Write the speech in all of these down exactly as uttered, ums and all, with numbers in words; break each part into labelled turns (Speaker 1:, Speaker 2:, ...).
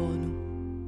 Speaker 1: tónu.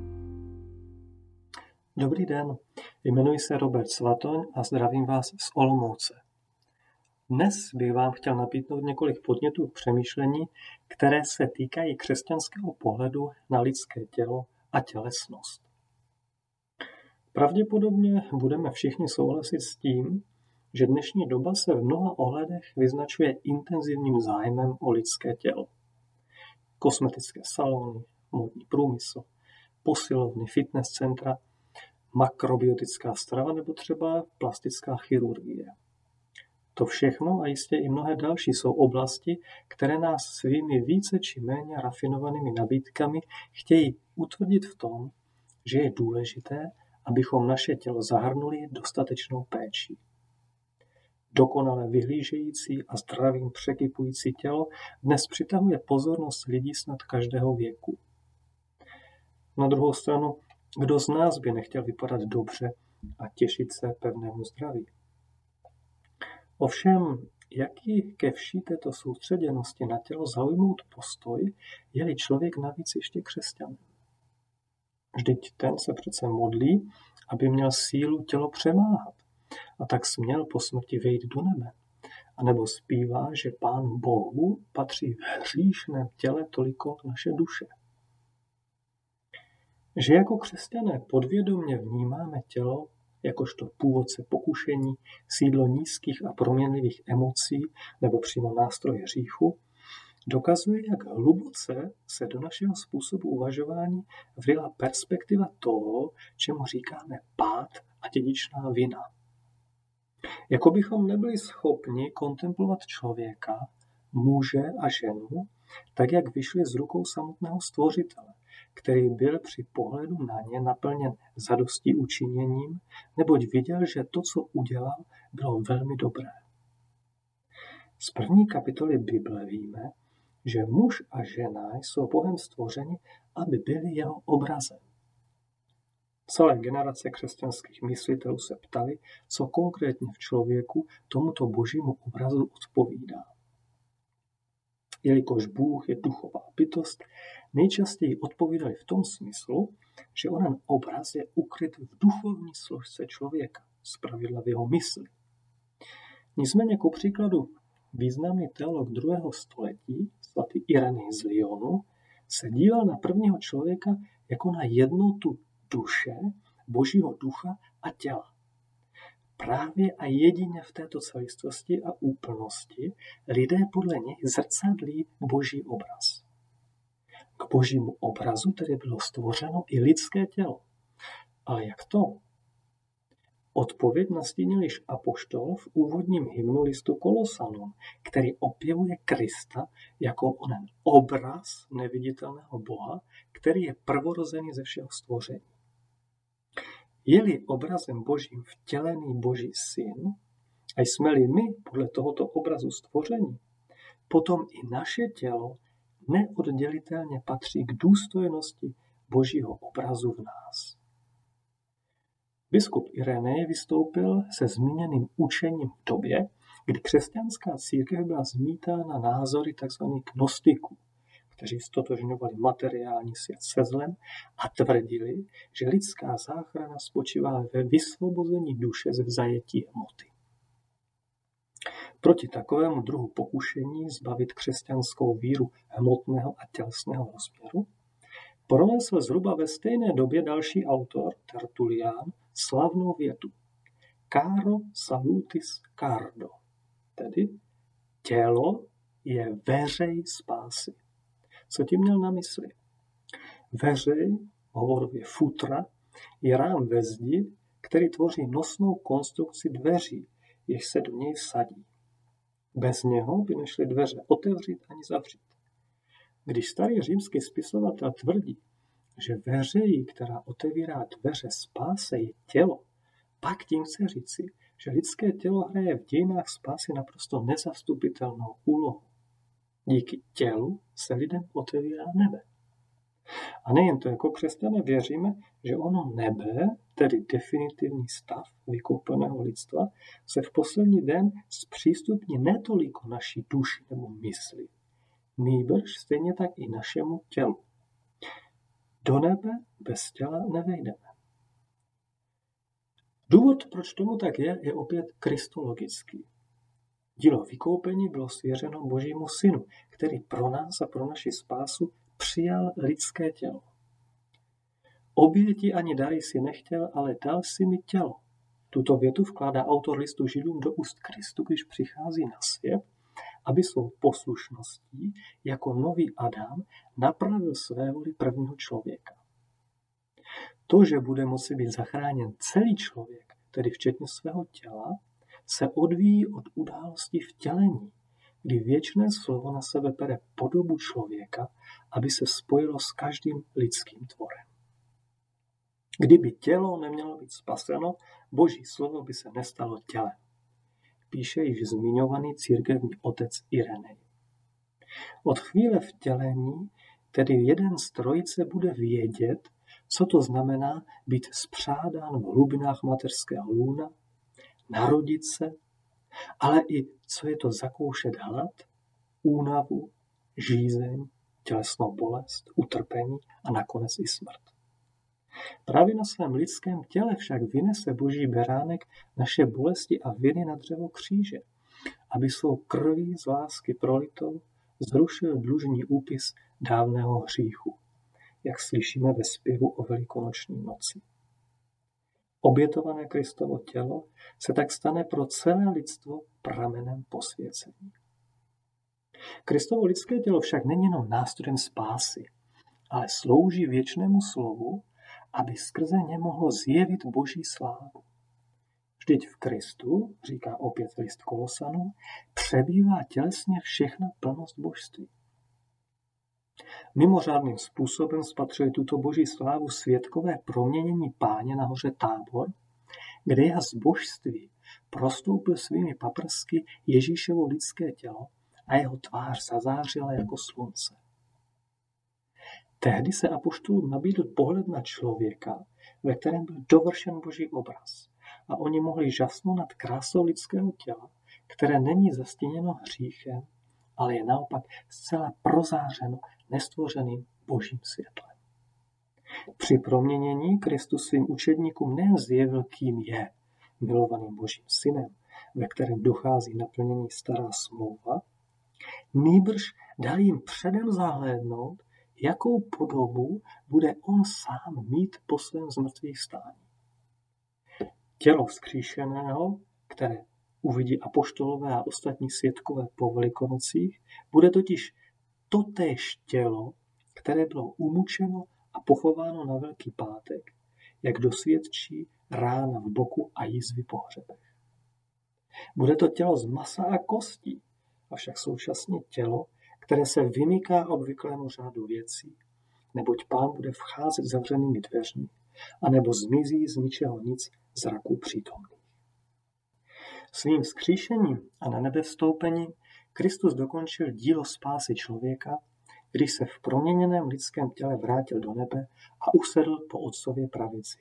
Speaker 2: Dobrý den, jmenuji se Robert Svatoň a zdravím vás z Olomouce. Dnes bych vám chtěl nabídnout několik podnětů k přemýšlení, které se týkají křesťanského pohledu na lidské tělo a tělesnost. Pravděpodobně budeme všichni souhlasit s tím, že dnešní doba se v mnoha ohledech vyznačuje intenzivním zájmem o lidské tělo. Kosmetické salony, módní průmysl, posilovny, fitness centra, makrobiotická strava nebo třeba plastická chirurgie. To všechno a jistě i mnohé další jsou oblasti, které nás svými více či méně rafinovanými nabídkami chtějí utvrdit v tom, že je důležité, abychom naše tělo zahrnuli dostatečnou péčí. Dokonale vyhlížející a zdravým překypující tělo dnes přitahuje pozornost lidí snad každého věku. Na druhou stranu, kdo z nás by nechtěl vypadat dobře a těšit se pevnému zdraví? Ovšem, jaký ke vší této soustředěnosti na tělo zaujmout postoj, je-li člověk navíc ještě křesťanem? Vždyť ten se přece modlí, aby měl sílu tělo přemáhat a tak směl po smrti vejít do nebe. A nebo zpívá, že Pánu Bohu patří v hříšném těle toliko naše duše. Že jako křesťané podvědomě vnímáme tělo jakožto původce pokušení, sídlo nízkých a proměnlivých emocí nebo přímo nástroj hříchu, dokazuje, jak hluboce se do našeho způsobu uvažování vryla perspektiva toho, čemu říkáme pád a dědičná vina. Jako bychom nebyli schopni kontemplovat člověka, muže a ženu, tak jak vyšli z rukou samotného stvořitele, který byl při pohledu na ně naplněn zadostí učiněním, neboť viděl, že to, co udělal, bylo velmi dobré. Z první kapitoly Bible víme, že muž a žena jsou Bohem stvořeni, aby byli jeho obrazem. Celé generace křesťanských myslitelů se ptali, co konkrétně v člověku tomuto božímu obrazu odpovídá. Jelikož Bůh je duchová bytost, nejčastěji odpovídali v tom smyslu, že onen obraz je ukryt v duchovní složce člověka, zpravidla v jeho mysli. Nicméně ku příkladu významný teolog druhého století, svatý Irenej z Lyonu, se díval na prvního člověka jako na jednotu duše, božího ducha a těla. Právě a jedině v této celistvosti a úplnosti lidé podle něj zrcadlí boží obraz. K božímu obrazu tedy bylo stvořeno i lidské tělo. Ale jak to? Odpověď nastínil již apoštol v úvodním hymnu listu Kolosanům, který opěvuje Krista jako onen obraz neviditelného Boha, který je prvorozený ze všeho stvoření. Je-li obrazem božím vtělený boží syn, a jsme-li my podle tohoto obrazu stvoření, potom i naše tělo neoddělitelně patří k důstojnosti božího obrazu v nás. Biskup Irenej vystoupil se zmíněným učením v době, kdy křesťanská církev byla zmítána názory tzv. Gnostiků, kteří stotožňovali materiální svět se zlem a tvrdili, že lidská záchrana spočívá ve vysvobození duše ze vzajetí hmoty. Proti takovému druhu pokušení zbavit křesťanskou víru hmotného a tělesného rozměru pronesl zhruba ve stejné době další autor, Tertulián, slavnou větu Caro salutis cardo, tedy tělo je veřej spásy. Co tím měl na mysli? Veřej, hovorově futra, je rám ve zdi, který tvoří nosnou konstrukci dveří, jež se do něj vsadí. Bez něho by nešly dveře otevřít ani zavřít. Když starý římský spisovatel tvrdí, že veřejí, která otevírá dveře spáse, je tělo, pak tím chce říci, že lidské tělo hraje v dějinách spásy naprosto nezastupitelnou úlohu. Díky tělu se lidem otevírá nebe. A nejen to, jako křesťané věříme, že ono nebe, tedy definitivní stav vykoupeného lidstva, se v poslední den zpřístupní netoliko naší duši nebo mysli, nýbrž stejně tak i našemu tělu. do nebe bez těla nevejdeme. Důvod, proč tomu tak je, je opět kristologický. Dílo vykoupení bylo svěřeno Božímu synu, který pro nás a pro naši spásu přijal lidské tělo. Oběti ani dary si nechtěl, ale dal si mi tělo. Tuto větu vkládá autor listu Židům do úst Kristu, když přichází na svět, aby svou poslušností jako nový Adam napravil své vůli prvního člověka. To, že bude moci být zachráněn celý člověk, tedy včetně svého těla, se odvíjí od události vtělení, kdy věčné slovo na sebe bere podobu člověka, aby se spojilo s každým lidským tvorem. Kdyby tělo nemělo být spaseno, Boží slovo by se nestalo tělem, píše již zmiňovaný církevní otec Irenej. Od chvíle vtělení tedy jeden z trojice bude vědět, co to znamená být spřádán v hlubinách mateřského lůna, narodit se, ale i co je to zakoušet hlad, únavu, žízeň, tělesnou bolest, utrpení a nakonec i smrt. Právě na svém lidském těle však vynese Boží beránek naše bolesti a viny na dřevo kříže, aby svou krví z lásky prolitou zrušil dlužní úpis dávného hříchu, jak slyšíme ve zpěvu o velikonoční noci. Obětované Kristovo tělo se tak stane pro celé lidstvo pramenem posvěcení. Kristovo lidské tělo však není jenom nástrojem spásy, ale slouží věčnému slovu, aby skrze ně mohlo zjevit Boží slávu. Vždyť v Kristu, říká opět list Kolosanům, přebývá tělesně všechna plnost božství. Mimořádným způsobem spatřuje tuto Boží slávu svědkové proměnění Páně na hoře Tábor, kde já z božství prostoupil svými paprsky Ježíšovo lidské tělo a jeho tvář zazářila jako slunce. Tehdy se apoštolům nabídl pohled na člověka, ve kterém byl dovršen Boží obraz, a oni mohli žasnout nad krásou lidského těla, které není zastíněno hříchem, ale je naopak zcela prozářeno nestvořeným Božím světlem. Při proměnění Kristus svým učedníkům nejen zjevil, kým je, milovaným Božím synem, ve kterém dochází naplnění stará smlouva, nýbrž dal jim předem zahlédnout, jakou podobu bude on sám mít po svém zmrtvýchvstání. Tělo vzkříšeného, které uvidí apoštolové a ostatní svědkové po Velikonocích, bude totiž totéž tělo, které bylo umučeno a pochováno na Velký pátek, jak dosvědčí rána v boku a jizvy po hřebech. Bude to tělo z masa a kostí, avšak současně tělo, které se vymyká obvyklému řádu věcí, neboť Pán bude vcházet zavřenými dveřmi, anebo zmizí z ničeho nic zraků přítomných. Svým vzkříšením a na nebe vstoupením Kristus dokončil dílo spásy člověka, když se v proměněném lidském těle vrátil do nebe a usedl po Otcově pravici.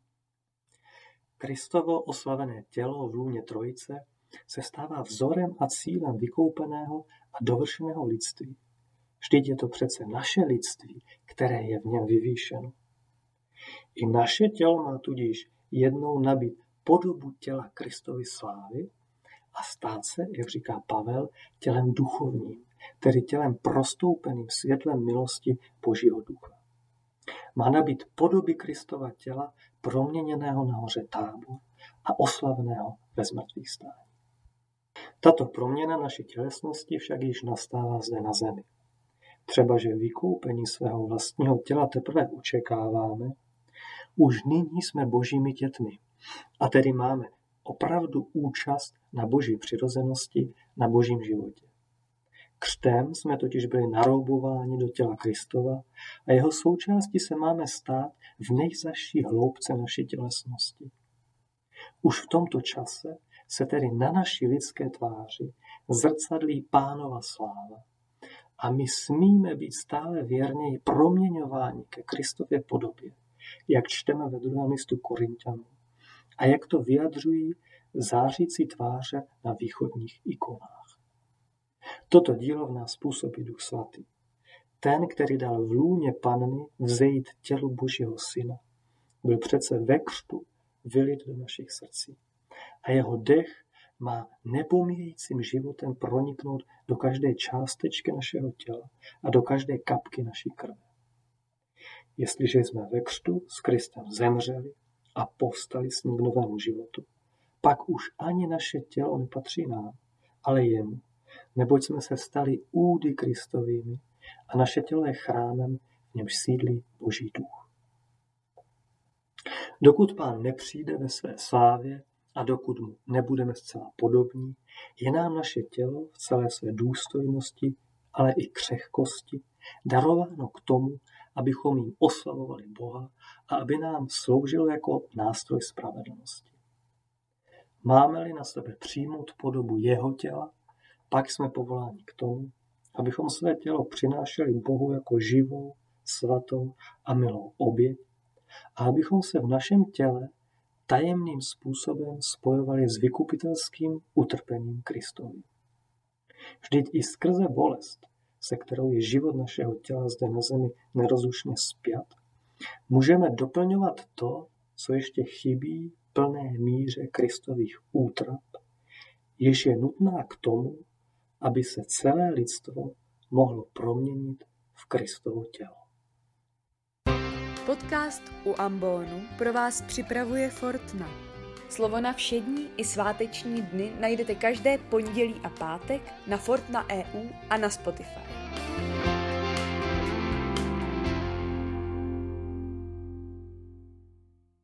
Speaker 2: Kristovo oslavené tělo v lůně Trojice se stává vzorem a cílem vykoupeného a dovršeného lidství. Vždyť je to přece naše lidství, které je v něm vyvýšeno. I naše tělo má tudíž jednou nabít podobu těla Kristovy slávy a stát se, jak říká Pavel, tělem duchovním, tedy tělem prostoupeným světlem milosti Božího ducha. Má nabít podoby Kristova těla proměněného na hoře Tábor a oslavného ve zmrtvýchvstání. Tato proměna naší tělesnosti však již nastává zde na zemi. Třeba, že vykoupení svého vlastního těla teprve očekáváme, už nyní jsme Božími dětmi a tedy máme opravdu účast na Boží přirozenosti, na Božím životě. Křtem jsme totiž byli naroubováni do těla Kristova a jeho součástí se máme stát v nejzaší hloubce naší tělesnosti. Už v tomto čase se tedy na naší lidské tváři zrcadlí Pánova sláva a my smíme být stále věrněji proměňováni ke Kristově podobě, jak čteme ve druhém listu Korinťanům a jak to vyjadřují zářící tváře na východních ikonách. Toto dílo v nás působí Duch Svatý. ten, který dal v lůně panny vzejít tělu Božího syna, byl přece ve křtu vylit do našich srdcí. A jeho dech má nepomíjejícím životem proniknout do každé částečky našeho těla a do každé kapky naší krve. Jestliže jsme ve křtu s Kristem zemřeli a povstali s ním k novému životu, pak už ani naše tělo nepatří nám, ale jemu, neboť jsme se stali údy Kristovými a naše tělo je chrámem, v němž sídlí Boží duch. Dokud Pán nepřijde ve své slávě a dokud mu nebudeme zcela podobní, je nám naše tělo v celé své důstojnosti, ale i křehkosti darováno k tomu, abychom jim oslavovali Boha a aby nám sloužilo jako nástroj spravedlnosti. Máme-li na sebe přijmout podobu jeho těla, pak jsme povoláni k tomu, abychom své tělo přinášeli Bohu jako živou, svatou a milou oběť a abychom se v našem těle tajemným způsobem spojovali s vykupitelským utrpením Kristovým. Vždyť i skrze bolest, se kterou je život našeho těla zde na zemi nerozlučně spjat, můžeme doplňovat to, co ještě chybí plné míře Kristových útrap, jež je nutná k tomu, aby se celé lidstvo mohlo proměnit v Kristovo tělo.
Speaker 1: Podcast u ambonu pro vás připravuje Fortna. Slovo na všední i sváteční dny najdete každé pondělí a pátek na Fortna tečka e u a na Spotify.